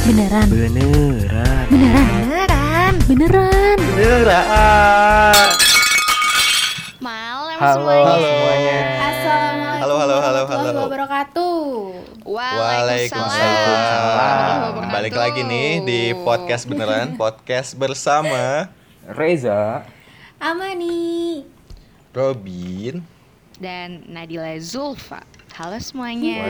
Beneran. Beneran. Beneran. Beneran. Beneran. Malam Halo semuanya. Assalamualaikum Halo. warahmatullahi wabarakatuh. Waalaikumsalam. Balik lagi nih di podcast beneran, podcast bersama Reza. Amani. Robin. dan Nadila Zulfa. Halo semuanya.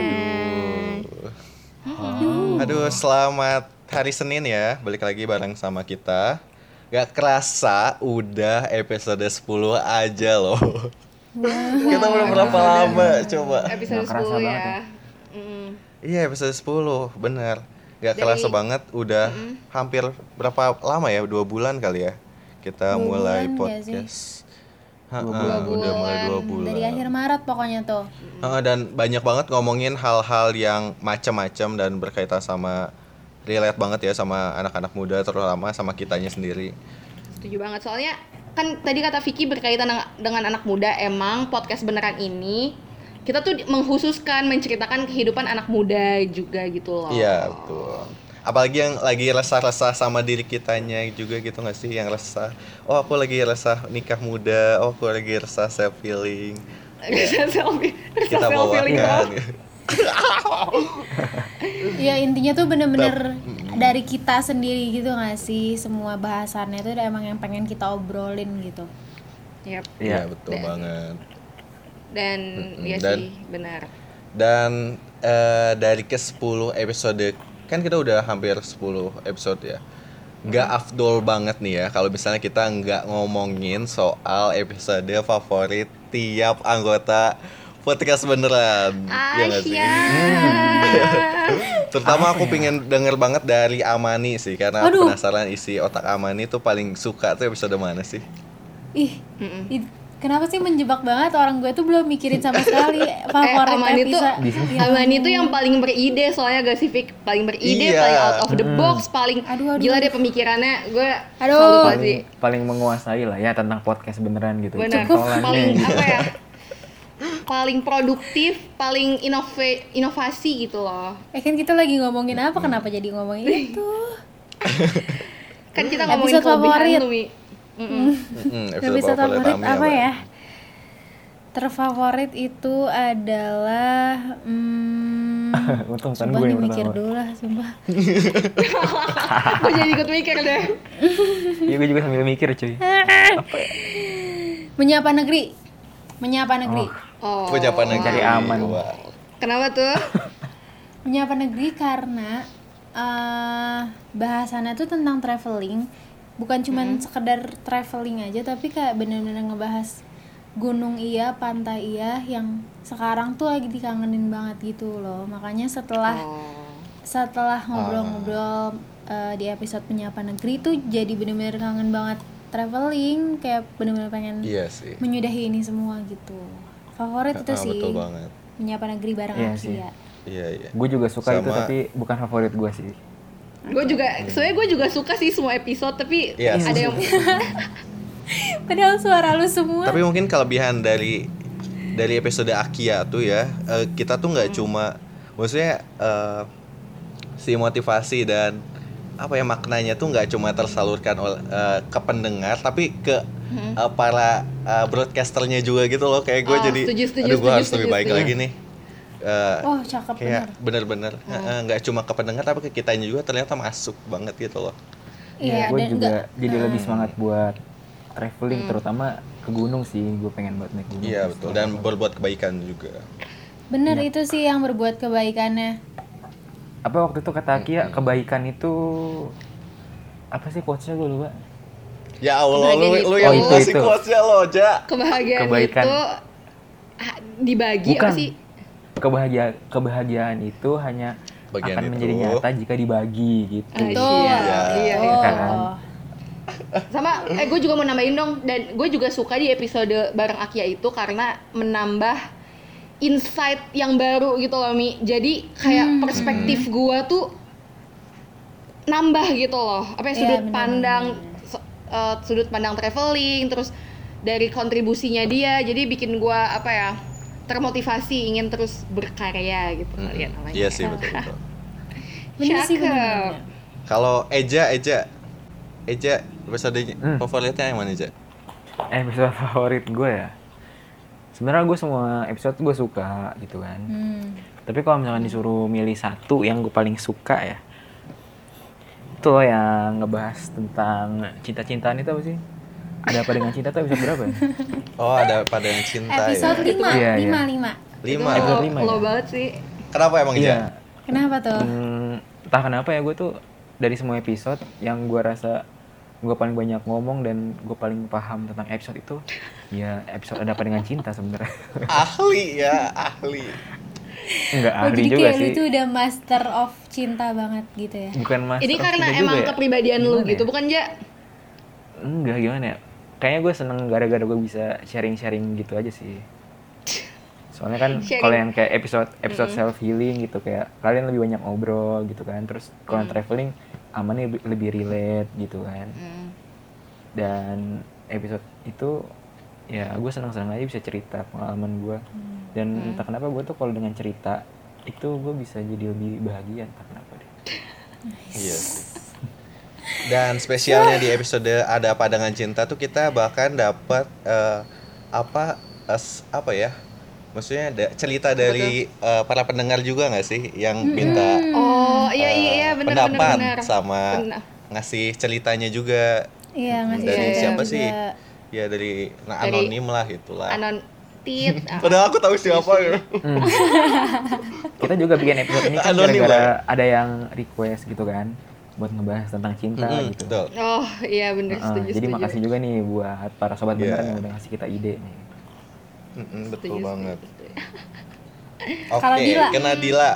Aduh, selamat hari Senin ya. Balik lagi bareng sama kita. Gak kerasa udah episode 10 aja loh. Kita udah berapa lama coba? Episode Nggak kerasa 10 banget ya. ya. Iya, episode 10, bener. Gak Dari- kerasa banget udah hampir berapa lama ya? 2 bulan kali ya kita 2 mulai bulan nggak sih? podcast. bulan. Udah mulai 2 bulan. Dari akhir Maret pokoknya tuh. Dan banyak banget ngomongin hal-hal yang macam-macam dan berkaitan sama relate banget ya sama anak-anak muda, terutama sama kitanya sendiri. Setuju banget, soalnya kan tadi kata Vicky berkaitan dengan anak muda. Emang podcast beneran ini kita tuh menghususkan menceritakan kehidupan anak muda juga gitu loh. Iya, betul. Apalagi yang lagi resah-resah sama diri kitanya juga gitu gak sih? Yang resah, oh aku lagi resah nikah muda, oh aku lagi resah self feeling. Kita bawakan. Ya intinya tuh bener-bener dari kita sendiri gitu gak sih? Semua bahasannya tuh emang yang pengen kita obrolin gitu. Yap. Iya, Iya. betul banget. Dan iya Dan- sih, benar. Dan dari ke 10 episode, kan kita udah hampir 10 episode ya. Nggak afdol banget nih ya kalau misalnya kita nggak ngomongin soal episode favorit tiap anggota podcast beneran. Iya nggak sih? Terutama aku pengen denger banget dari Amani sih, karena aku Aduh. penasaran isi otak Amani tuh paling suka tuh episode mana sih? Kenapa sih menjebak banget, orang gue tuh belum mikirin sama sekali favorit Amani tuh episode. Amani tuh yang paling beride, soalnya gak sih Vic? Paling beride, Iya. paling out of the box, paling Aduh. gila deh pemikirannya. Gue Aduh. salut banget sih. Paling menguasai lah ya tentang podcast beneran gitu. Benar, Contolannya paling gitu. apa ya? Paling produktif, paling inovasi gitu loh. Kan kita lagi ngomongin apa? Kenapa jadi ngomongin itu? Kan kita ngomongin Episode favorit. kelebihan lu, Mi. Episode favorit Ami apa ya? Terfavorit itu adalah Untung kan sumpah gue nih yang mikir pertama. dulu lah, sumpah. Gue jadi ikut mikir deh. Iya, gue juga sambil mikir cuy. Menyapa negeri. Menyapa negeri. Oh. Pejabat negeri. Cari aman. Wah. Kenapa tuh? Menyapa negeri karena bahasannya tuh tentang traveling. Bukan cuman sekedar traveling aja, tapi kayak bener-bener ngebahas gunung iya, pantai iya, yang sekarang tuh lagi dikangenin banget gitu loh. Makanya setelah ngobrol-ngobrol di episode Menyapa Negeri tuh jadi bener-bener kangen banget traveling, kayak bener-bener pengen Iya sih. menyudahi ini semua gitu. Favorit itu sih. Betul banget. Menyapa Negeri bareng Iya Aki sih. ya. Iya. Gue juga suka itu Sama- tapi bukan favorit gue sih. Gue juga, sebenarnya gue juga suka sih semua episode, tapi Iya, ada yang Padahal suara lu semua. Tapi mungkin kelebihan dari episode Akia tuh ya, kita tuh nggak cuma, maksudnya si motivasi dan apa ya maknanya tuh nggak cuma tersalurkan ke pendengar, tapi ke para broadcasternya juga gitu loh. Kayak gue Oh, jadi, setuju, aduh gue harus lebih setuju. baik lagi nih. Oh, cakep Kayak bener. bener-bener nggak cuma ke pendengar, tapi ke kitanya juga ternyata masuk banget gitu loh. Iya, gue dan juga enggak jadi lebih semangat buat traveling, terutama ke gunung sih. Gue pengen buat naik gunung. Iya betul, dan berbuat kebaikan juga. bener itu sih yang berbuat kebaikannya. Apa waktu itu kata Kia, kebaikan itu apa sih quotes-nya, gue lupa. Ya Allah, Kebahagiaan lu itu- yang Oh, ngasih itu. quotes-nya lo, Ja. kebahagiaan Kebaikan. itu dibagi Bukan. apa sih? Kebahagiaan itu hanya Bagian akan itu. menjadi nyata jika dibagi gitu. Betul. Iya. Oh. Kan? Sama, gue juga mau nambahin dong, dan gue juga suka di episode bareng Akia itu karena menambah insight yang baru gitu loh, Mi. Jadi kayak perspektif gue tuh nambah gitu loh. Apa ya, Iya, sudut benar, pandang sudut pandang traveling, terus dari kontribusinya dia, jadi bikin gue apa ya, termotivasi ingin terus berkarya gitu kali ya namanya. Iya sih betul. Bener sih, Cakep. bener. Kalau Eja episode favoritnya yang mana Eja? Episode favorit gue ya. Sebenarnya gue semua episode gue suka gitu kan. Tapi kalau misalkan disuruh milih satu yang gue paling suka ya, itu loh yang ngebahas tentang cinta-cintaan itu apa sih? Ada apa dengan cinta tuh episode berapa ya? Oh, ada pada yang cinta Episode ya. 5, Iya, iya. 5. Lima. Itu Episode 5 lo ya? banget sih. Kenapa emang Eja? Iya. Kenapa tuh? Entah kenapa ya gue tuh dari semua episode yang gue rasa gue paling banyak ngomong dan gue paling paham tentang episode itu ya episode ada apa dengan cinta sebenarnya. Ahli ya, ahli. Enggak Oh, ahli jadi juga kayak lu sih. tuh udah master of cinta banget gitu ya? Bukan master Ini of karena cinta emang juga ya. kepribadian lu Gimana gitu, ya? bukan Ja? Enggak, gimana ya? Kayaknya gue seneng gara-gara gue bisa sharing-sharing gitu aja sih. Soalnya kan Sharing. kalau yang kayak episode self healing gitu kayak kalian lebih banyak ngobrol gitu kan. Terus kalau yang traveling amannya lebih relate gitu kan. Dan episode itu ya gue senang-senang aja bisa cerita pengalaman gue. Dan entah kenapa gue tuh kalau dengan cerita itu gue bisa jadi lebih bahagia entah kenapa deh. Iya sih. Dan spesialnya di episode ada apa dengan cinta tuh kita bahkan dapat apa ya? Maksudnya ada cerita dari para pendengar juga nggak sih yang minta Oh, iya benar pendapat sama ngasih ceritanya juga. Iya, ngasih Dari cerita siapa juga. sih? Ya dari Dari- anonim lah itulah. Tit. Padahal aku tahu siapa ya. Kita juga bikin episode ini kan Anonim gara-gara ada yang request gitu kan buat ngebahas tentang cinta gitu. Betul. Oh, iya benar, setuju. Jadi setuju. makasih juga nih buat para sobat Iya. beneran yang udah ngasih kita ide nih. Betul Setuju, banget. setuju. Kalau Oke, Dila? kena Dila.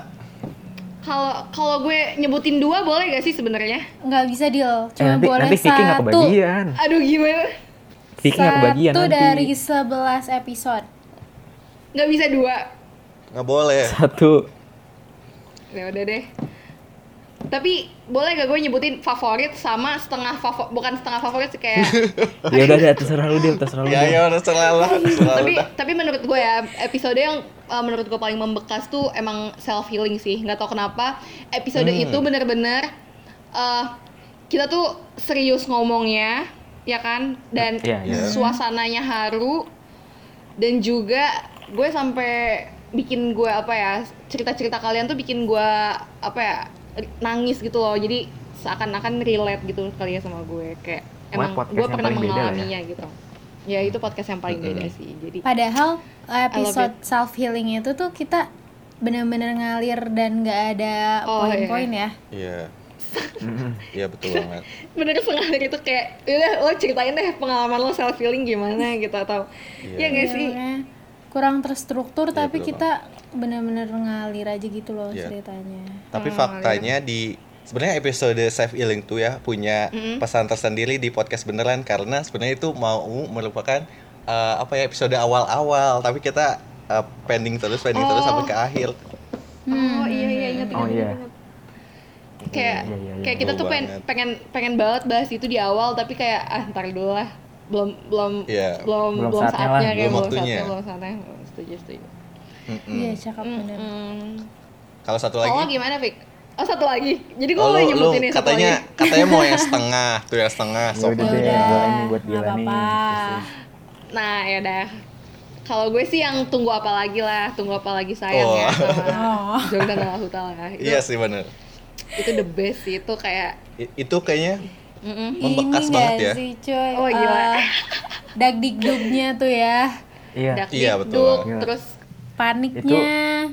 Kalau gue nyebutin 2 boleh gak sih sebenarnya? Nggak bisa deal, cuma nanti boleh Vicky nggak satu. kebagian. Aduh gimana? Vicky nggak kebagian Satu nanti. dari 11 episode. Nggak bisa 2. Nggak boleh. Satu. Ya udah deh. Tapi boleh gak gue nyebutin favorit sama setengah favorit, bukan setengah favorit sih kayak. Ya udah deh, terserah lu Dil, terserah lu. Ya Dil. ya udah selalu. tapi menurut gue ya episode yang menurut gue paling membekas tuh emang self healing sih. Nggak tahu kenapa episode itu bener-bener kita tuh serius ngomongnya, ya kan, dan Iya, iya. suasananya haru, dan juga gue sampai bikin gue apa ya, cerita-cerita kalian tuh bikin gue apa ya, nangis gitu loh. Jadi seakan-akan relate gitu kali ya sama gue, kayak emang podcast gue yang pernah paling beda lah ya. mengalaminya gitu. Ya itu podcast yang paling beda sih. Jadi Padahal episode it. self healing itu tuh kita benar-benar ngalir dan nggak ada Oh, poin-poin ya. Iya. Iya betul banget. bener sengaja itu kayak udah lo ceritain deh pengalaman lo self healing gimana gitu, atau ya gak Iya, sih? makanya kurang terstruktur Iya, tapi betul kita benar-benar ngalir aja gitu loh Iya. ceritanya. Tapi faktanya di sebenarnya episode self healing tuh ya punya pesan tersendiri di podcast beneran karena sebenarnya itu mau merupakan apa ya episode awal-awal tapi kita pending terus sampai ke akhir. Oh iya ingat. Oh iya. Kayak Iya, iya, iya. kayak kita Betul tuh banget. pengen banget bahas itu di awal, tapi kayak ntar dulu lah, belum Iya. Belum saatnya saatnya lah, kayak belum waktunya. belum saatnya. Setuju. Iya, cakep bener. Kalau satu Kalau lagi gimana, Fik? Oh, satu lagi. Jadi gue oh, mau lu nyebutin yang satu katanya lagi. katanya mau yang setengah tuh yang setengah Ya sok. udah deh, Udah, gua ini buat nggak Dila nih. apa-apa. Nah, ya udah. Kalau gue sih yang tunggu apa lagi lah, tunggu apa lagi sayang Oh. ya sama Oh. Jordan Alhuta. Iya sih bener. Itu the best sih, itu kayak Itu kayaknya Ini membekas nggak banget ya. sih coy? Oh, gila. Dagdikdugnya tuh ya, Iya. Iya, betul dakdikduk, banget. terus paniknya.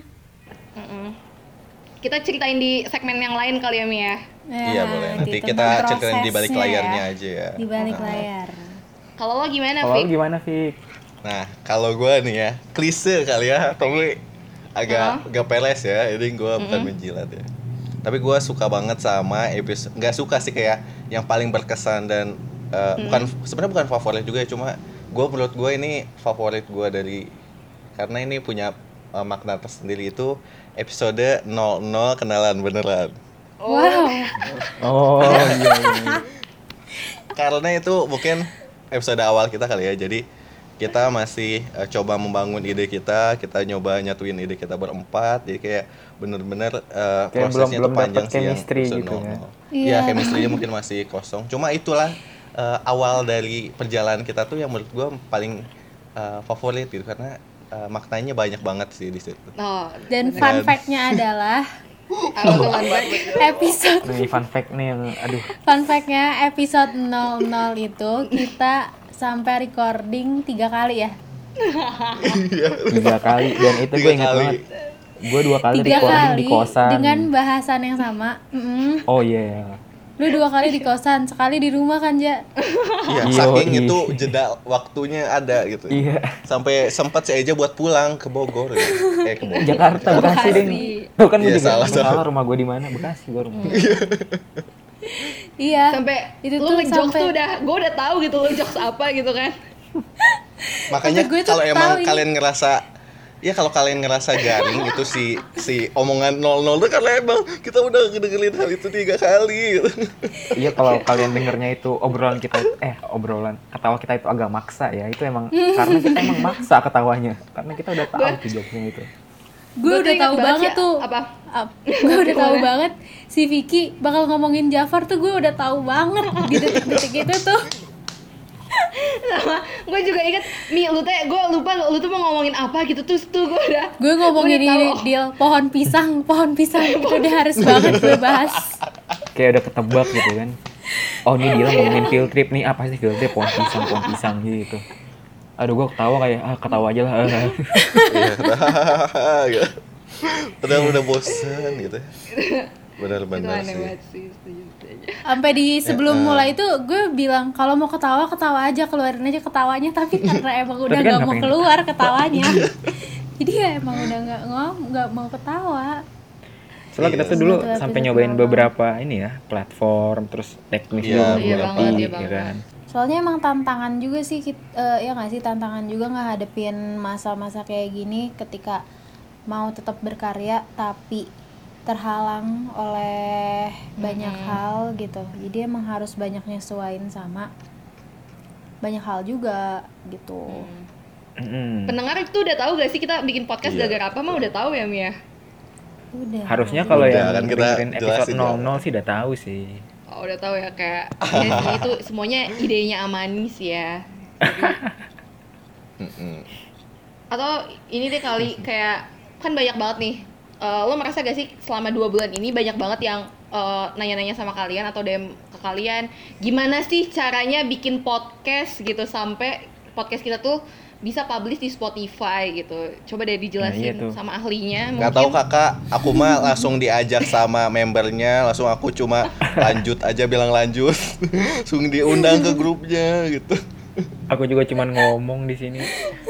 kita ceritain di segmen yang lain kali ya, Mi ya. Iya boleh. Nanti gitu, kita tentang ceritain di balik prosesnya layarnya ya. aja ya. Di balik layar. Kalau lo gimana, Kalau lu Fik? gimana, Fik? Nah, kalau gue nih ya, klise kali ya, tapi agak peles ya, jadi gue bukan menjilat ya. Tapi gue suka banget sama episode, nggak suka sih kayak yang paling berkesan dan sebenarnya bukan favorit juga ya, cuma menurut gue ini favorit gue dari karena ini punya makna tersendiri itu episode 00 kenalan beneran. Wow. Oh, iya. Karena itu mungkin episode awal kita kali ya, jadi kita masih coba membangun ide kita nyoba nyatuin ide kita berempat, jadi kayak bener-bener Kayak prosesnya tuh belum panjang dapet sih yang chemistry episode gitu 00. ya. Iya, Iya. chemistry-nya mungkin masih kosong. Cuma itulah awal dari perjalanan kita tuh yang menurut gue paling favorit gitu, karena maknanya banyak banget sih di situ. Oh, Dan fun fact-nya adalah apa tuh manfaat? episode Nih fun fact nih yang aduh. fun fact-nya episode 00 itu kita sampai recording 3 kali ya. 3 kali dan itu gue 3 ingat kali. banget. Gue 2 kali 3 recording kali di kosan. dengan bahasan yang sama. Oh iya. Lu 2 kali di kosan, sekali di rumah kan, Ja? Iya, Iya, saking iya. itu jeda waktunya ada gitu. Iya. Sampai sempat saya aja buat pulang ke Bogor gitu. Ke Bogor. Jakarta, Bekasi deh. Bekasi. Tuh kan gue Iya, juga salah. salah rumah gue di mana? Bekasi gue rumah. Iya. Sampai itu lu tuh ngejokes sampai tuh gue udah tahu gitu lu jokes apa gitu kan. Makanya Sampai gue tuh kalau tahu emang ini. kalian ngerasa kalau kalian ngerasa garing itu si omongan 00 tuh karena emang kita udah ngedengerin hal itu 3 kali gitu. Iya, kalau kalian dengernya itu obrolan ketawa kita itu agak maksa ya. Itu emang karena kita emang maksa ketawanya. Karena kita udah tahu tuh jokesnya itu. gue Gua udah tuh ingat tahu banget banget ya, tuh. apa? Gue udah tahu Gimana? banget si Vicky bakal ngomongin Jafar tuh, gue udah tahu banget di detik-detik itu tuh. Sama gue juga inget gue lupa lu tuh mau ngomongin apa gitu tuh gue udah Gue ngomongin Gua udah ini tahu. deal pohon pisang itu udah harus banget gue bahas. Kayak udah ketebak gitu kan. Oh, ini dia ngomongin field trip nih. Apa sih field trip? Pohon pisang gitu. Aduh, gue ketawa kayak ketawa aja lah. Iya. Gitu. Padahal udah bosan gitu. Itu Benar-benar aneh sih. banget sih, setuju aja. Sampai di sebelum mulai itu gue bilang kalau mau ketawa aja, keluarin aja ketawanya, tapi karena emang udah Tapi kan nggak nggak mau pengen keluar ketawanya. Jadi ya emang udah nggak mau ketawa. Soalnya kita Iya. tuh dulu Episode sampai nyobain pertama. beberapa ini ya, platform, terus teknis Iya, juga iya ngerti, banget, iya ya banget. kan. Soalnya emang tantangan juga sih, ya nggak sih, tantangan juga ngehadepin masa-masa kayak gini ketika mau tetap berkarya tapi terhalang oleh banyak hal gitu. Jadi emang harus banyak nyesuaiin sama banyak hal juga gitu. Pendengar itu udah tahu gak sih kita bikin podcast Iya. gara-gara apa? Mah udah tahu ya Mia? Udah. Harusnya kalau Udah, yang kan kita dengerin episode jelasin 00 sih udah tahu sih. Oh udah tahu ya, kayak ya sih itu semuanya idenya Amani sih ya. Atau ini deh kali, kayak kan banyak banget nih, lo merasa gak sih selama 2 bulan ini banyak banget yang nanya-nanya sama kalian atau DM ke kalian, gimana sih caranya bikin podcast gitu sampai podcast kita tuh bisa publish di Spotify gitu. Coba deh dijelasin Nah, iya tuh. sama ahlinya. Nggak tahu kakak, aku mah langsung diajak sama membernya, langsung aku cuma lanjut aja bilang lanjut, langsung diundang ke grupnya gitu. Aku juga cuman ngomong di sini.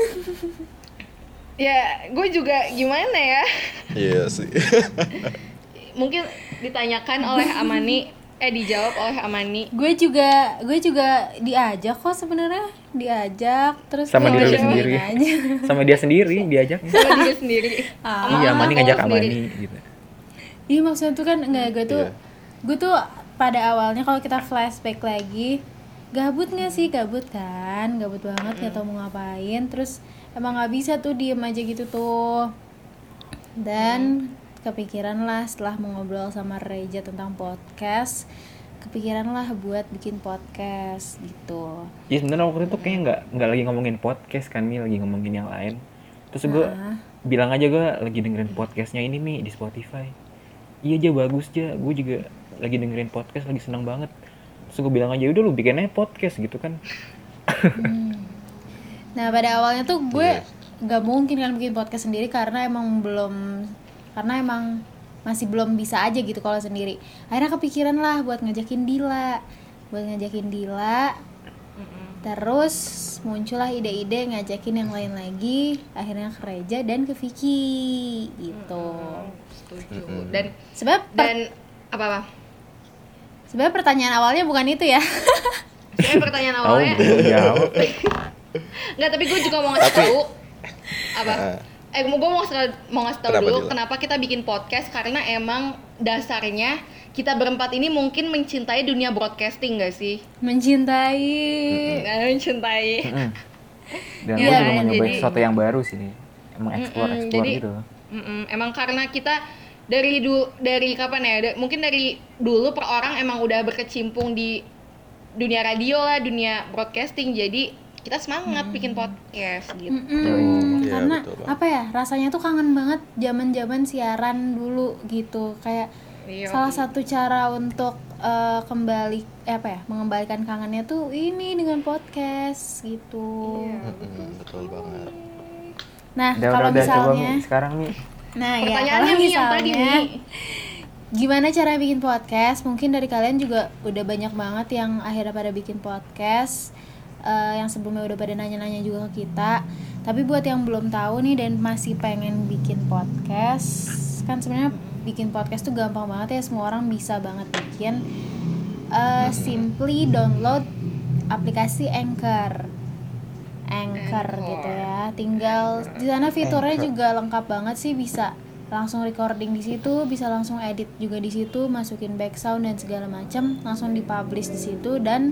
Ya, gue juga gimana ya? Iya sih. Mungkin ditanyakan oleh Amani, dijawab oleh Amani. Gue juga diajak kok sebenarnya, diajak terus Sama gue diri lu jawabin sendiri. aja. Sama dia sendiri diajaknya. Sama diri sendiri. Iya, Mani ngajak sendiri. Amani gitu. Iya, maksudnya tuh kan nggak, gue tuh pada awalnya kalau kita flashback lagi, gabut nggak sih, gabut banget, nggak tahu mau ngapain, terus emang nggak bisa tuh diem aja gitu tuh. Dan kepikiran lah setelah mengobrol sama Reja tentang podcast, kepikiran lah buat bikin podcast gitu. Ya sebenarnya waktu itu kayaknya nggak lagi ngomongin podcast kan, Mi lagi ngomongin yang lain. Terus gue bilang aja gue lagi dengerin podcastnya ini Mi di Spotify. Iya aja, bagus aja, gue juga lagi dengerin podcast, lagi senang banget. Terus gue bilang aja udah lu bikin aja podcast gitu kan. Nah pada awalnya tuh gue nggak mungkin kan bikin podcast sendiri karena emang masih belum bisa aja gitu kalau sendiri. Akhirnya kepikiran lah buat ngajakin Dila. Terus muncullah ide-ide ngajakin yang lain lagi. Akhirnya ke Reja dan ke Vicky gitu. Setuju. Dan apa? Sebenarnya pertanyaan awalnya bukan itu ya. Sebenarnya pertanyaan Tahu awalnya belum jawab. nggak, tapi gue juga mau ngasih tahu apa? Gue mau ngasih tahu Kenapa, dulu Dila? kenapa kita bikin podcast, karena emang dasarnya kita berempat ini mungkin mencintai dunia broadcasting gak sih? Mencintai. Mencintai. Dan Iya, gue juga mau bener. nyobain Jadi- sesuatu yang baru sih, emang explore jadi- gitu. Emang karena kita dari kapan ya? Mungkin dari dulu per orang emang udah berkecimpung di dunia radio lah, dunia broadcasting. Jadi kita semangat bikin podcast gitu. Iya, Karena betul banget. apa ya, rasanya tuh kangen banget zaman siaran dulu gitu. Kayak Iya. salah satu cara untuk mengembalikan kangennya tuh ini dengan podcast gitu. Betul banget. Nah, Udah kalau coba misalnya nih sekarang nih. nah ya, Pertanyaannya kalau nih yang tadi misalnya nih. gimana cara bikin podcast? Mungkin dari kalian juga udah banyak banget yang akhirnya pada bikin podcast, yang sebelumnya udah pada nanya-nanya juga ke kita. Tapi buat yang belum tahu nih dan masih pengen bikin podcast, kan sebenarnya bikin podcast tuh gampang banget ya, semua orang bisa banget bikin. Simply download aplikasi Anchor gitu ya. Tinggal di sana fiturnya juga lengkap banget sih, bisa langsung recording di situ, bisa langsung edit juga di situ, masukin background dan segala macam, langsung dipublish di situ. Dan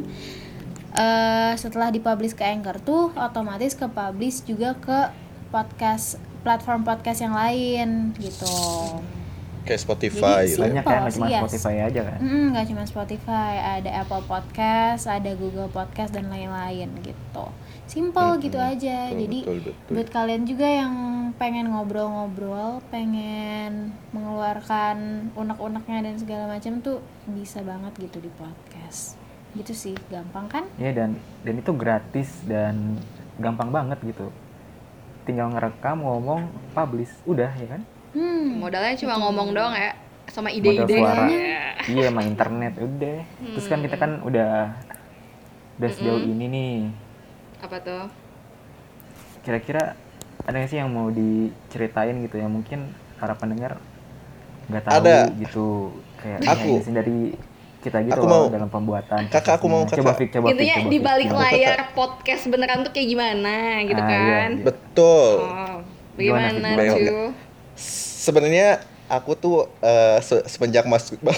setelah dipublish ke Anchor tuh otomatis ke publish juga ke platform podcast yang lain gitu. Kayak Spotify Jadi gitu. Banyak kan, nggak sih, cuma yes. Spotify aja kan. Nggak cuma Spotify, ada Apple Podcast, ada Google Podcast dan lain-lain gitu. Simple gitu aja. Betul, Jadi betul. buat kalian juga yang pengen ngobrol-ngobrol, pengen mengeluarkan unek-uneknya dan segala macam tuh bisa banget gitu di podcast. Gitu sih, gampang kan? Iya, dan itu gratis dan gampang banget gitu. Tinggal ngerekam, ngomong, publish, udah ya kan. Modalnya cuma ngomong doang ya, sama Modal ide-ide. suara, Ya. iya, sama internet udah. Terus kan kita kan udah sejauh ini nih. Apa tuh? Kira-kira ada nggak sih yang mau diceritain gitu ya, mungkin para pendengar nggak tahu Ada. gitu, kayak Aku. behind the scene dari kita gitu Aku loh mau. dalam pembuatan. Kakak, aku mau, Coba kakak. Fik, coba Fik, Intinya coba di Fik. balik Gimana? layar podcast beneran tuh kayak gimana gitu Ah, kan? iya. Betul. Oh, bagaimana Gimana, Fik? tuh? Sebenarnya aku tuh semenjak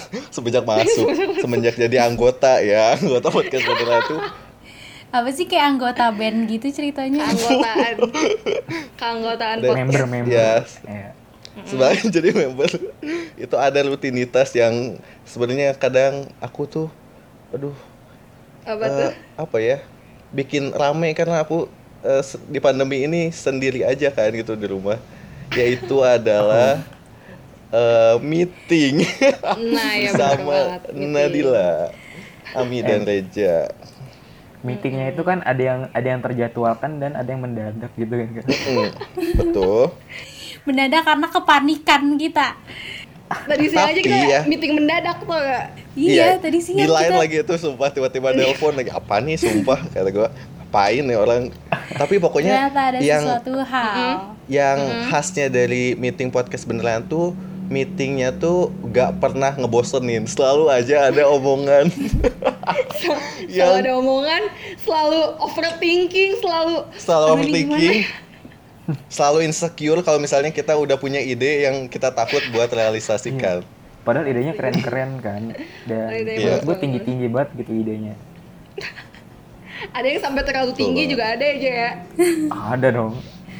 jadi anggota podcast beneran tuh Apa sih kayak anggota band gitu ceritanya? Keanggotaan Dan- podcast. member. Yes. Iya. Sebagai jadi member itu ada rutinitas yang sebenarnya kadang aku tuh Apa tuh? apa ya, bikin rame karena aku di pandemi ini sendiri aja kan gitu di rumah, yaitu adalah meeting Nah, ya benar sama banget. Nadila, Ami dan Reja. Meetingnya itu kan ada yang terjadwalkan dan ada yang mendadak gitu kan. Betul. Mendadak karena kepanikan kita. Tadi siang aja Tapi kita ya. meeting mendadak tuh gak? Iya, tadi siang di line kita lagi itu sumpah tiba-tiba nelpon lagi, apa nih sumpah kata gue, apain nih orang. Tapi pokoknya ternyata ada yang sesuatu hal. khasnya dari meeting podcast beneran tuh, meetingnya tuh gak pernah ngebosenin, selalu aja ada omongan. Selalu ada omongan, selalu overthinking, selalu Selalu aduh, ini overthinking, gimana? selalu insecure kalau misalnya kita udah punya ide yang kita takut buat realisasikan. Padahal idenya keren-keren kan. Dan Idenya menurut gue bagus. tinggi-tinggi banget gitu idenya. Ada yang sampai terlalu tinggi banget. juga ada aja ya. Ada dong.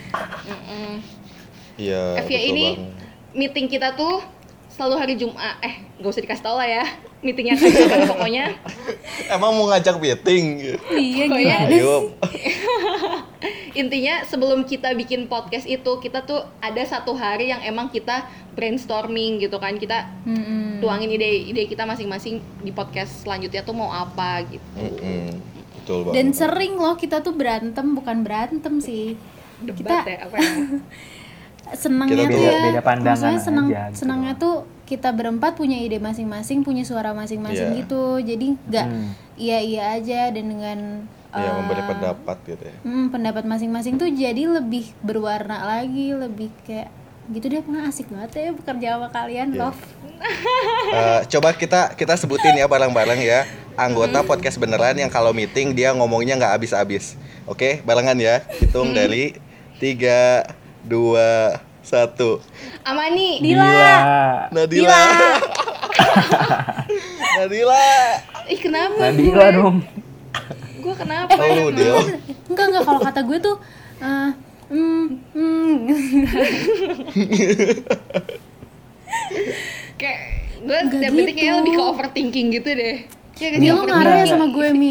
Iya, FYI betul ini banget. meeting kita tuh selalu hari Jumat. Gak usah dikasih tau lah ya. Meetingnya kapan pokoknya. Emang mau ngajak meeting? Iya, Pokoknya gimana Ayo. intinya sebelum kita bikin podcast itu, kita tuh ada satu hari yang emang kita brainstorming gitu kan. Kita tuangin ide-ide kita masing-masing di podcast selanjutnya tuh mau apa gitu. Betul banget. Dan sering loh kita tuh bukan berantem sih. Debat ya apa ya? Senangnya Kita tuh beda- ya, beda pandangan maksudnya aja gitu senangnya tuh kita berempat punya ide masing-masing, punya suara masing-masing Iya. gitu. Jadi nggak iya aja, dan dengan Ya, memberi pendapat gitu ya. pendapat masing-masing tuh jadi lebih berwarna lagi, lebih kayak gitu deh. Pokoknya asik banget ya bekerja sama kalian. Iya. Love. Coba kita sebutin ya bareng-bareng ya, anggota podcast beneran yang kalau meeting dia ngomongnya nggak habis-habis. Oke, barengan ya. Hitung dari 3, 2, 1. Amani, Dila. Nadila. Nadila. ih kenapa? Nadila dong. Gue kenapa? Oh, lu, Dil. Enggak kalau kata gue tuh Kayak gue Nggak setiap meeting gitu. kayaknya lebih ke overthinking gitu deh. Ya kan dia lo overthinking. marah ya sama gue Mi.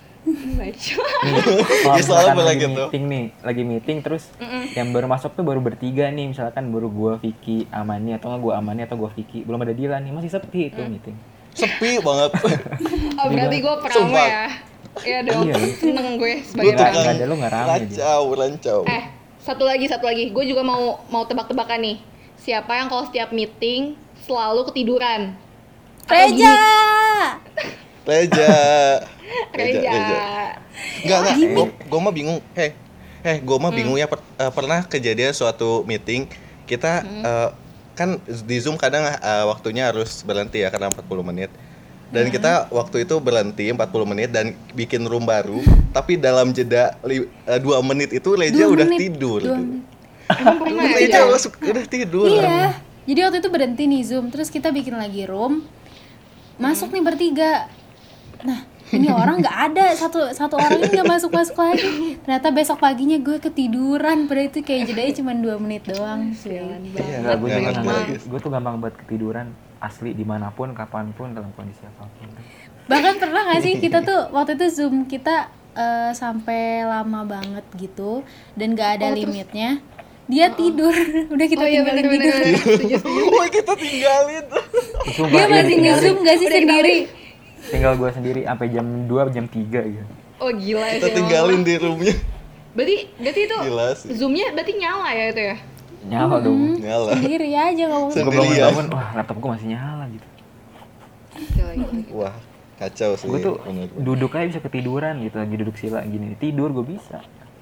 Kalau Ya, soalnya misalkan lagi lagi gitu. meeting nih, lagi meeting terus yang baru masuk tuh baru bertiga nih, misalkan baru gue, Vicky, Amani, atau nggak gue Amani atau gue Vicky, belum ada Dilan nih, masih sepi itu meeting. Sepi banget. Oh berarti gue perame Sumpah. ya. Iya dong, Iya. seneng gue Lu sebagai Nggak perame. ada, lu nggak rame dia. Rancau. Satu lagi. Gue juga mau tebak-tebakan nih. Siapa yang kalau setiap meeting selalu ketiduran? Atau Reja. Reja. Reja. Enggak. Gue mah bingung. Gue mah bingung ya. Pernah kejadian suatu meeting kita kan di Zoom kadang waktunya harus berhenti ya karena 40 menit. Dan kita waktu itu berhenti 40 menit dan bikin room baru, tapi dalam jeda 2 menit itu Reja 2 udah menit. tidur. 2 menit. Emang pernah ya? Reja udah tidur. Iya. Jadi waktu itu berhenti nih Zoom, terus kita bikin lagi room. Masuk nih bertiga. Nah, ini orang nggak ada, satu orang ini nggak masuk lagi. Ternyata besok paginya gue ketiduran, berarti kayak jedanya cuma 2 menit doang. Enggak, gue Nggak juga ngerti gampang. lagi. Gue tuh gampang banget ketiduran asli dimanapun, kapanpun, dalam kondisi apapun. Bahkan pernah nggak sih kita tuh waktu itu Zoom kita sampai lama banget gitu dan nggak ada limitnya. Dia tidur, udah kita Oh iya tinggalin bener-bener. tidur. Oh, kita tinggalin. Sumpah, Dia iya, masih ditinggalin. nge-zoom gak sih sendiri? Tinggal gue sendiri sampai jam 2, jam 3 gitu. Oh gila ya. Kita tinggalin di roomnya. Berarti itu Gila sih. Zoom-nya berarti nyala ya itu ya? Nyala dong. Nyala. Sendiri aja ngomong. Gue Sendirian. bangun, wah laptop gue masih nyala gitu. Gila. Wah, kacau sih. Gue tuh bener. duduk aja bisa ketiduran gitu, lagi duduk sila gini, tidur gue bisa.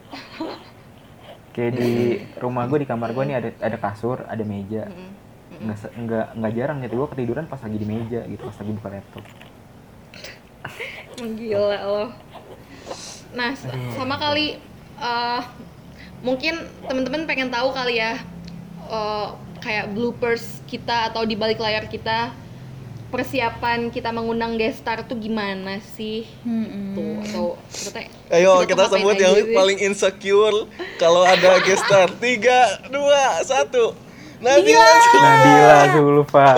Kayak di rumah gue, di kamar gue nih ada kasur, ada meja. Nggak jarang gitu gue ketiduran pas lagi di meja gitu, pas lagi buka laptop. Gila loh. Nah, sama kali mungkin teman-teman pengen tahu kali ya kayak bloopers kita atau di balik layar kita persiapan kita mengundang guest star tuh gimana sih? Tuh atau maksudnya Ayo tuh kita ngapain sebut aja yang sih? paling insecure kalau ada guest star. 3, 2, 1. Nabila. Nabila Zulfa.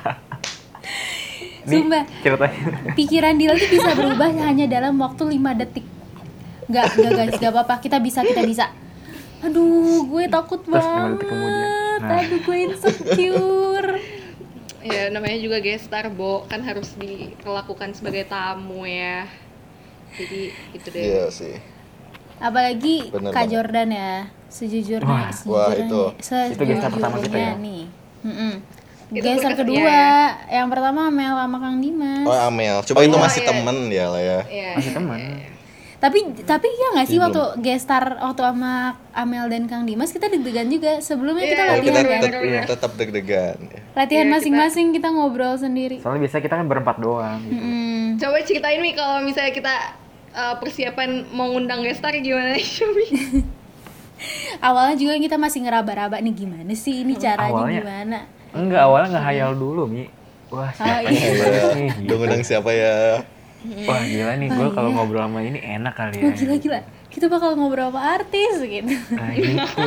Nih Sumpah. ceritanya. Pikiran Dila tuh bisa berubah hanya dalam waktu 5 detik. Enggak guys, enggak apa-apa. Kita bisa. Aduh, gue takut Terus 5 banget. detik kemudian. Nah. Aduh, gue insecure. Ya namanya juga guest star, Bo, kan harus diperlakukan sebagai tamu ya. Jadi itu deh. Iya sih. Apalagi Bener Kak banget. Jordan ya, sejujurnya, Wah, itu. Itu gestar pertama kita ya? nih. Itu Gestar berkesan, kedua, ya. yang pertama Mel sama Kang Dimas. Oh, Amel. Coba Oh, itu iya. masih Iya. temen ya lah ya. Iya. Masih teman. Tapi ya nggak sih Belum. waktu gestar waktu sama Amel dan Kang Dimas kita deg-degan juga. Sebelumnya kita Iya, Oh, kita latihan kan. Iya. tetap deg-degan. Latihan Iya, masing-masing kita ngobrol sendiri. Soalnya biasa kita kan berempat doang gitu. Coba ceritain nih kalau misalnya kita persiapan mau ngundang guest star gimana nih, Shobi? Awalnya juga kita masih ngeraba-raba nih gimana sih ini caranya Awalnya- gimana. Enggak, awalnya ngehayal dulu, Mi. Wah, siapa iya. yang bagus nih? Udah Gitu. ngundang siapa ya? Wah, gila nih, gue kalau ngobrol sama ini enak kali ya. Wah gila-gila, kita bakal ngobrol sama artis gitu. Nah, gitu.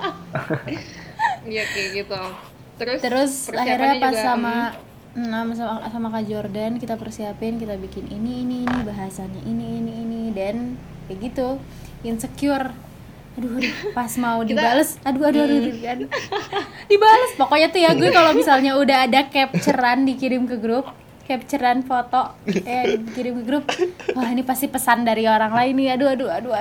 Iya kayak gitu. Terus Terus persiapannya akhirnya pas juga, sama Kak Jordan kita persiapin, kita bikin ini bahasannya ini dan kayak gitu. Insecure. Aduh, pas mau dibales, aduh. Dibales. Pokoknya tuh ya gue kalau misalnya udah ada capturean dikirim ke grup, capturean foto dikirim ke grup. Wah, ini pasti pesan dari orang lain nih. Aduh.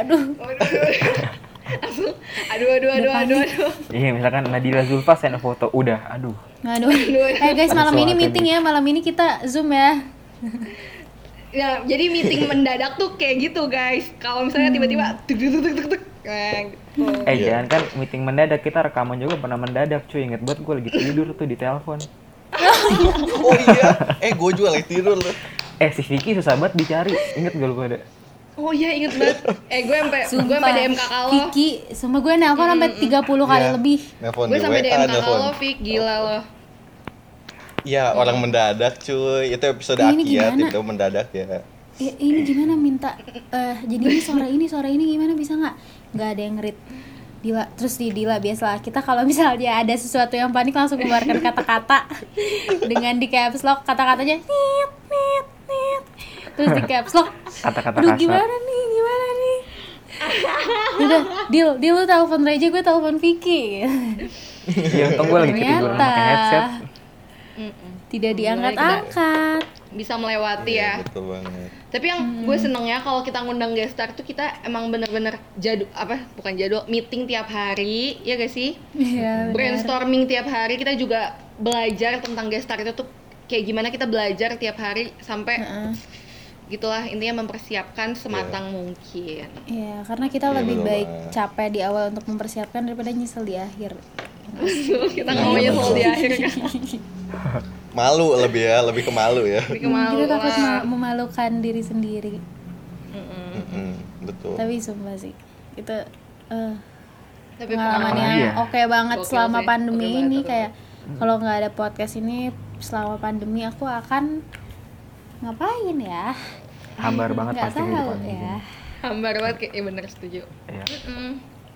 langsung aduh. Iya, misalkan Nadila Zulfa send foto, udah, aduh. Aduh. Guys, malam ini sesuatu meeting ya. Malam ini kita Zoom ya. Ya, jadi meeting mendadak tuh kayak gitu, guys. Kalau misalnya tiba-tiba tuk. Nah, gitu. Jangan kan meeting mendadak, kita rekaman juga pernah mendadak, cuy. Ingat banget gue lagi tidur tuh di telepon. Oh iya. Gue juga lagi tidur loh. Si Vicky susah banget dicari. Ingat gak lu pada? Oh iya, inget banget. Gue sampai DM kakak lo. Vicky, sumpah gue nelpon sampai 30 kali Iya. lebih. Nelfon Gue di sampai WA, DM kakak nelfon. lo, Fik. Gila lo. Ya, orang mendadak cuy. Itu episode Ini Akia, gimana? itu mendadak ya. ini gimana minta jadi ini suara ini gimana, bisa nggak ada yang read. Dila, terus di Dila biasalah kita kalau misalnya ada sesuatu yang panik langsung keluarkan kata-kata dengan di caps lock, kata-katanya nit nit nit, terus di caps lock Kata-kata aduh kasar. gimana nih udah Dil lu telepon Reja, gue telepon Vicky. Iya, untung gue lagi ketiduran pakai headset. Tidak diangkat-angkat. Bisa melewati ya. Betul banget. Tapi yang gue seneng ya kalau kita ngundang guest star tuh kita emang bener-bener bukan jadwal, meeting tiap hari, ya gak sih? Iya, benar. Brainstorming tiap hari, kita juga belajar tentang guest star itu tuh kayak gimana kita belajar tiap hari sampai gitulah, intinya mempersiapkan sematang mungkin. Iya, karena kita Iya, lebih betul baik banget. capek di awal untuk mempersiapkan daripada nyesel di akhir. Kita ngomongnya soal di akhir kan. Malu lebih ke malu ya. Lebih kemalu Kita takut lah. memalukan diri sendiri. Betul. Tapi sumpah sih, itu Tapi pengalaman pengalaman yang iya. oke banget Gokil selama sih, pandemi oke banget, ini. oke Kayak kalau nggak ada podcast ini selama pandemi aku akan ngapain ya? Hambar banget Nggak pasti tahu kehidupan ini. ya. hambar banget, kayak bener setuju. Iya. Mm.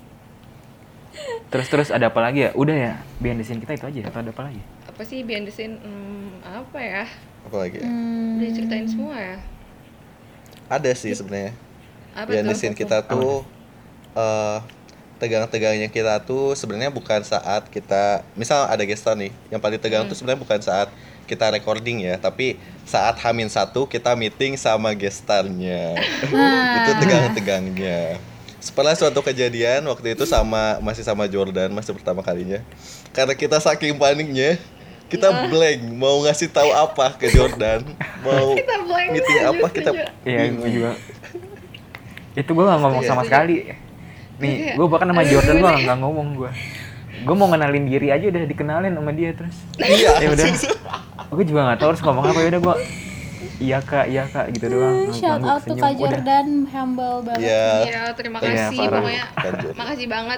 Terus ada apa lagi ya? Udah ya, behind the scene kita itu aja atau ada apa lagi? Apa sih behind the scene? Apa ya? Apalagi ya? Udah ceritain semua ya. Ada sih sebenarnya. Apa Behind the tuh? scene kita tuh tegang-tegangnya kita tuh sebenarnya bukan saat kita misal ada guest star nih, yang paling tegang tuh sebenarnya bukan saat kita recording ya, tapi saat H-1 kita meeting sama guest starnya. Itu tegang-tegangnya. Setelah suatu kejadian waktu itu masih sama Jordan, masih pertama kalinya. Karena kita saking paniknya, kita blank mau ngasih tahu apa ke Jordan, mau Kita blank meeting aja, apa kita setuju. Iya, gue juga. Itu gue gak ngomong sama Setuju. sekali. Nih, gue bahkan sama Jordan gue gak ngomong gue. Gue mau kenalin diri aja udah dikenalin sama dia terus. Iya. Ya udah. Gue juga gak tahu harus ngomong apa, ya udah gue iya kak gitu doang. Shout Ngangguk, out to senyum, Kak udah. Jordan, humble banget. Iya. Iya, terima Iya, kasih parah. pokoknya. Lanjut. Makasih banget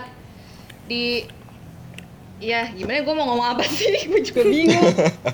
ya gimana gue mau ngomong apa sih? Gue juga bingung.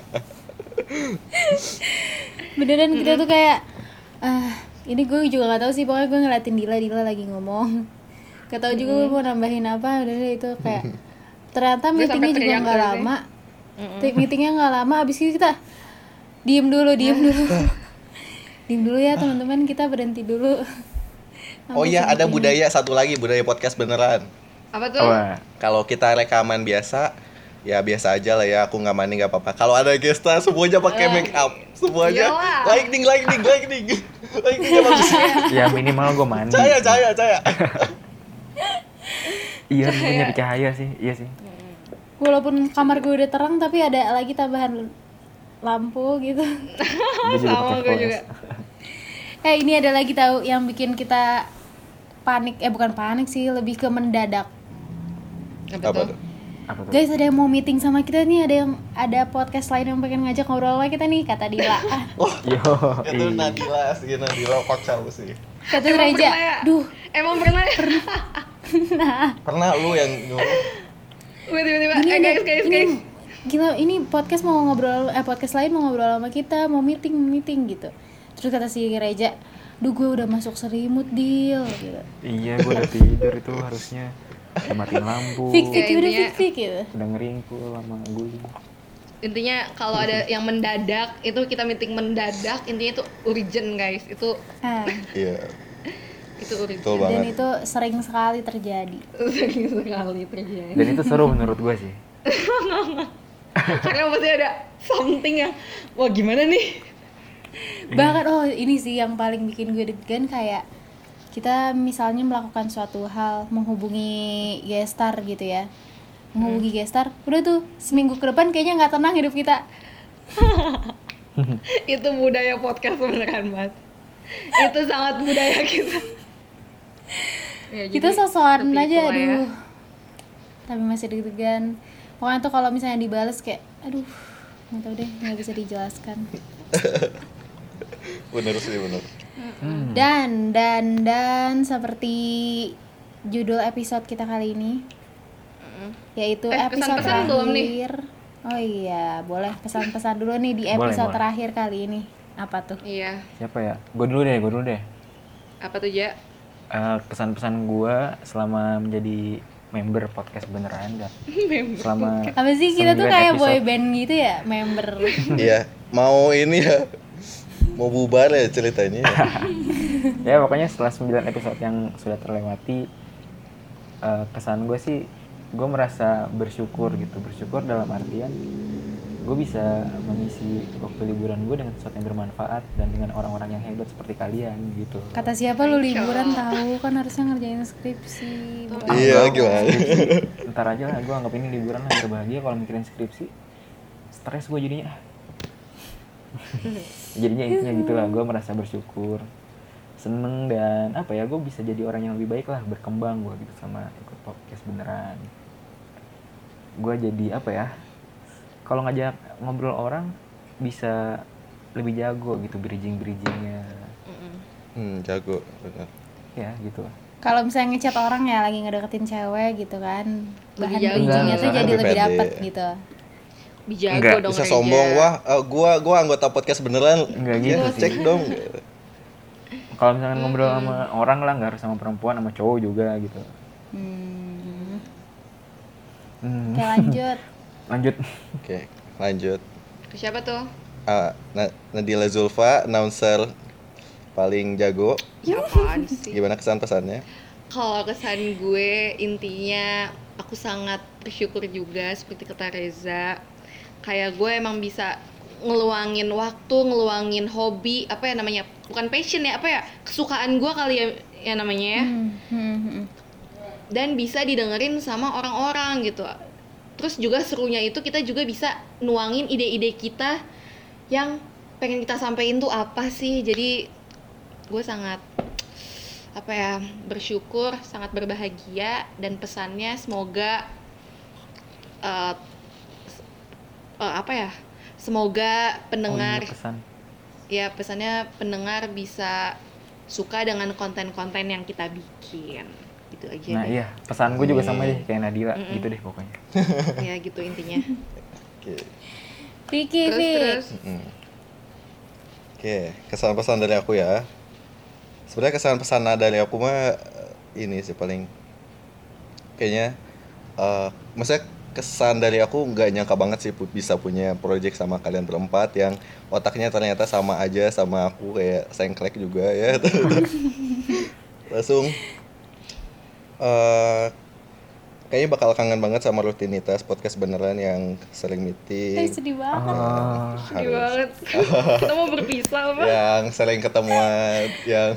Beneran kita tuh kayak ini gue juga gak tahu sih, pokoknya gue ngeliatin Dila lagi ngomong. Gak tau juga gue mau nambahin apa, udah deh itu kayak ternyata Gue sampai meetingnya juga teriak nggak terus lama. Meetingnya nggak lama, abis itu kita diem dulu. Diem dulu ya teman-teman, kita berhenti dulu. Oh iya, ada budaya satu lagi, budaya podcast beneran. Apa tuh? Wah, Kalau kita rekaman biasa, ya biasa aja lah ya, aku nggak mandi nggak apa-apa. Kalau ada guest star, semuanya pakai make up, semuanya Iyalah. lightning bagus. ya minimal gue mandi. Cahaya. Iya, gue nyari cahaya sih, iya sih. Walaupun kamar gue udah terang, tapi ada lagi tambahan lampu gitu. Gue juga Sama pakai gue flash. juga. Ini ada lagi tahu yang bikin kita panik, bukan panik sih, lebih ke mendadak. Apa tuh? Apa tuh? Guys, ada yang mau meeting sama kita nih, ada podcast lain yang pengen ngajak ngobrol sama kita nih, kata Dila. Yo, Itu Nadila kocak sih. Kata Emang Reja, pernah ya? duh, Emang pernah ya? Pernah lu yang nyuruh? Gue tiba-tiba, ini ada, guys. ini gila, ini podcast mau ngobrol, podcast lain mau ngobrol sama kita, mau meeting gitu. Terus kata si Reja, duh gue udah masuk selimut, Dil gitu. iya, gue udah tidur itu harusnya. Udah matiin lampu, Fix Ya, it, udah intinya- fix gitu. udah ngeringkul sama guling. Intinya kalau ada yang mendadak, itu kita meeting mendadak, intinya itu urgent guys. Itu Iya, urgent. betul Dan banget. itu sering sekali terjadi. Sering sekali terjadi. Dan itu seru menurut gue sih. Karena pasti ada something yang, wah gimana nih? Bahkan ini sih yang paling bikin gue deg-degan, kayak kita misalnya melakukan suatu hal, menghubungi guest star gitu ya, menghubungi guest star, udah tuh seminggu ke depan kayaknya nggak tenang hidup kita. Itu budaya podcast beneran banget. Itu sangat budaya kita. Ya, Kita jadi sosokan seperti aja, itulah ya. aduh, tapi masih deg-degan. Pokoknya tuh kalau misalnya dibales kayak, aduh, nggak tahu deh, nggak bisa dijelaskan. Bener sih, bener. Dan seperti judul episode kita kali ini, yaitu episode pesan-pesan terakhir. belum nih? Oh iya, boleh pesan-pesan dulu nih di Boleh, episode boleh. terakhir kali ini. Apa tuh? Iya. Siapa ya? Gue dulu deh. Apa tuh, Ja? Kesan pesan gue selama menjadi member podcast beneran dan selama Apa sih kita tuh 9 kayak episode. boy band gitu ya, member. Iya, mau ini ya. Mau bubar ya ceritanya. Ya pokoknya setelah 9 episode yang sudah terlewati, kesan gue sih gue merasa bersyukur dalam artian gue bisa mengisi waktu liburan gue dengan sesuatu yang bermanfaat dan dengan orang-orang yang hebat seperti kalian gitu. Kata siapa lu liburan tahu kan harusnya ngerjain skripsi. bukan? Iya, gimana? Ntar aja lah, gue anggap ini liburan lah, berbahagia. Kalau mikirin skripsi stres gue jadinya. Jadinya intinya gitulah, gue merasa bersyukur, seneng, dan apa ya, gue bisa jadi orang yang lebih baik lah, berkembang gue gitu sama ikut podcast beneran. Gue jadi apa ya, kalau ngajak ngobrol orang bisa lebih jago gitu bridgingnya Jago, benar. ya gitu lah. Kalau misalnya ngechat orang ya lagi ngedeketin cewek gitu kan, bahan jago. bridgingnya tuh Enggak, jadi lebih lebih pede. dapet gitu. Bijago Enggak, dong. Bisa Reza. sombong, wah, gua anggota podcast beneran. Enggak Ya, gitu sih. cek dong. Kalau misalkan ngobrol sama orang lah, nggak harus sama perempuan, sama cowok juga gitu. Oke lanjut. Lanjut. Oke, lanjut. Siapa tuh? Nadila Zulfa, announcer paling jago. Ya apaan sih? Gimana kesan pesannya? Kalau kesan gue intinya aku sangat bersyukur juga seperti kata Reza. Kayak gue emang bisa ngeluangin waktu, ngeluangin hobi, apa ya namanya? Bukan passion ya, apa ya? Kesukaan gue kali ya namanya ya. Dan bisa didengerin sama orang-orang gitu. Terus juga serunya itu kita juga bisa nuangin ide-ide kita yang pengen kita sampein tuh apa sih. Jadi gue sangat apa ya, bersyukur, sangat berbahagia, dan pesannya semoga apa ya, semoga pendengar Pesan. ya, pesannya pendengar bisa suka dengan konten-konten yang kita bikin, gitu aja Nah deh. iya, pesan gue juga sama deh kayak Nadila gitu deh pokoknya. Ya gitu intinya. Oke. Vicky, Terus Oke, kesan pesan dari aku ya. Sebenarnya kesan pesan dari aku mah ini sih paling kayaknya maksudnya kesan dari aku nggak nyangka banget sih bisa punya project sama kalian berempat yang otaknya ternyata sama aja sama aku, kayak sengklek juga ya. Langsung kayaknya bakal kangen banget sama rutinitas podcast beneran yang sering meeting, sedih banget. sedih banget. Kita mau berpisah apa? yang sering ketemuan, yang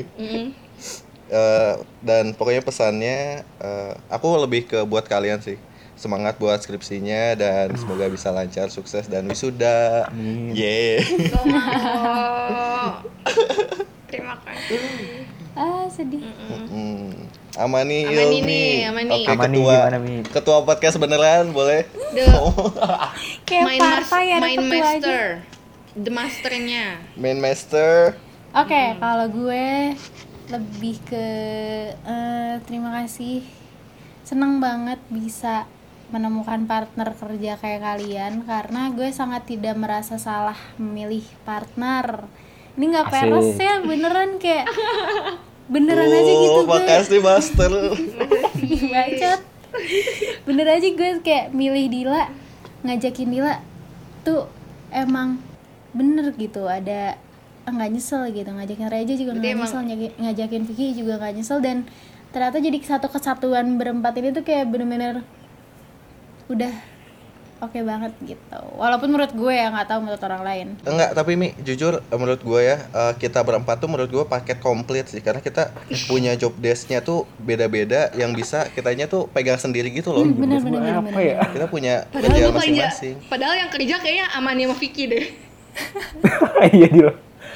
dan pokoknya pesannya aku lebih ke buat kalian sih, semangat buat skripsinya dan semoga bisa lancar, sukses, dan wisuda. Amin. Yeah. Oh. Terima kasih. Sedih. Amani Amani Hilmi. nih, Amani. Oke, Amani ketua gimana, Mi? ketua podcast beneran boleh. Kayak partai ya, ada Main ketua aja. master. The masternya. Main master. Oke, kalau gue lebih ke terima kasih. Seneng banget bisa menemukan partner kerja kayak kalian, karena gue sangat tidak merasa salah memilih partner. Ini nggak Asik. peres ya, beneran kayak beneran aja gitu gue. Makasih master. Bacot. Bener aja gue kayak milih Dila, ngajakin Dila tuh emang bener gitu, ada nggak nyesel gitu, ngajakin Reja juga Berarti nggak nyesel, ngajakin Vicky juga nggak nyesel, dan ternyata jadi satu kesatuan berempat ini tuh kayak bener-bener udah oke banget gitu. Walaupun menurut gue ya, nggak tahu menurut orang lain. Enggak, tapi Mi, jujur menurut gue ya, kita berempat tuh menurut gue paket komplit sih, karena kita punya job desk-nya tuh beda-beda yang bisa kitanya tuh pegang sendiri gitu loh. Bener. Apa ya? Kita punya Padahal kerjaan gue kerja. masing-masing. Padahal yang kerja kayaknya Amani sama Vicky deh. Iya Dila.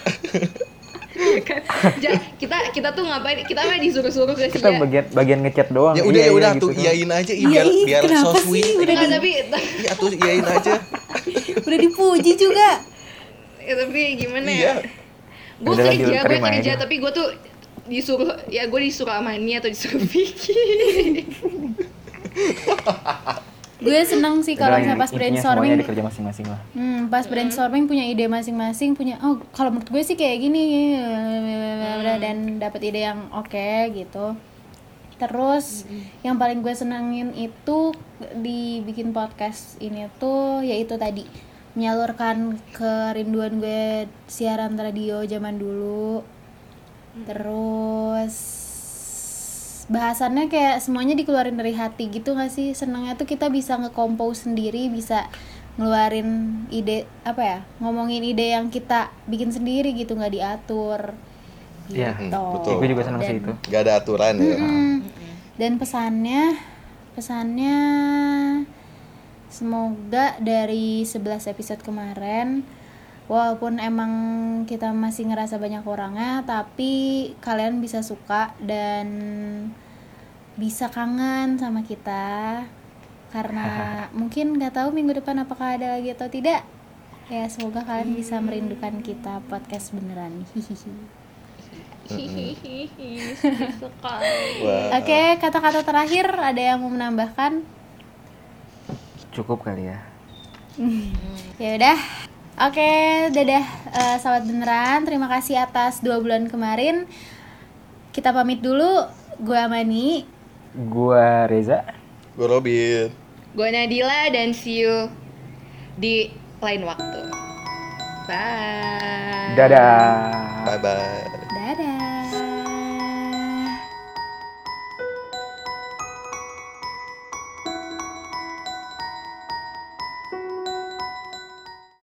kita tuh ngapain? Kita mah disuruh-suruh ke sih Kita ya. bagian ngechat doang. Ya udah Iya, ya udah gitu tuh doang. iyain aja, biar kenapa so sweet. sih? Udah Enggak, tapi Iya tuh iyain aja. Udah dipuji juga. ya, tapi gimana Iya. ya? Gue Udahlah, kerja, gue terima kerja, aja. tapi gue tuh disuruh, ya gue disuruh Amani atau disuruh Vicky. Gue seneng sih kalau misalnya pas Intinya semuanya brainstorming. ada kerja masing-masing lah. Pas brainstorming punya ide masing-masing, punya kalau menurut gue sih kayak gini, dan dapat ide yang oke gitu. Terus yang paling gue senengin itu dibikin podcast ini tuh yaitu tadi menyalurkan kerinduan gue siaran radio zaman dulu. Terus bahasannya kayak semuanya dikeluarin dari hati gitu gak sih? Senangnya tuh kita bisa nge-compose sendiri, bisa ngeluarin ide ngomongin ide yang kita bikin sendiri gitu, nggak diatur gitu. Iya, betul. Gue juga senang sih itu. Gak ada aturan ya. Dan pesannya semoga dari 11 episode kemarin, walaupun emang kita masih ngerasa banyak kurangnya, tapi kalian bisa suka dan bisa kangen sama kita. Karena mungkin nggak tahu minggu depan apakah ada lagi atau tidak. Ya semoga kalian bisa merindukan kita podcast beneran. Wah. Oke, kata-kata terakhir ada yang mau menambahkan? Cukup kali ya. Ya udah. Oke, dadah sahabat beneran. Terima kasih atas 2 bulan kemarin. Kita pamit dulu. Gue Amani. Gua Reza. Gue Robin. Gue Nadila dan see you di lain waktu. Bye. Dadah. Bye bye. Dadah.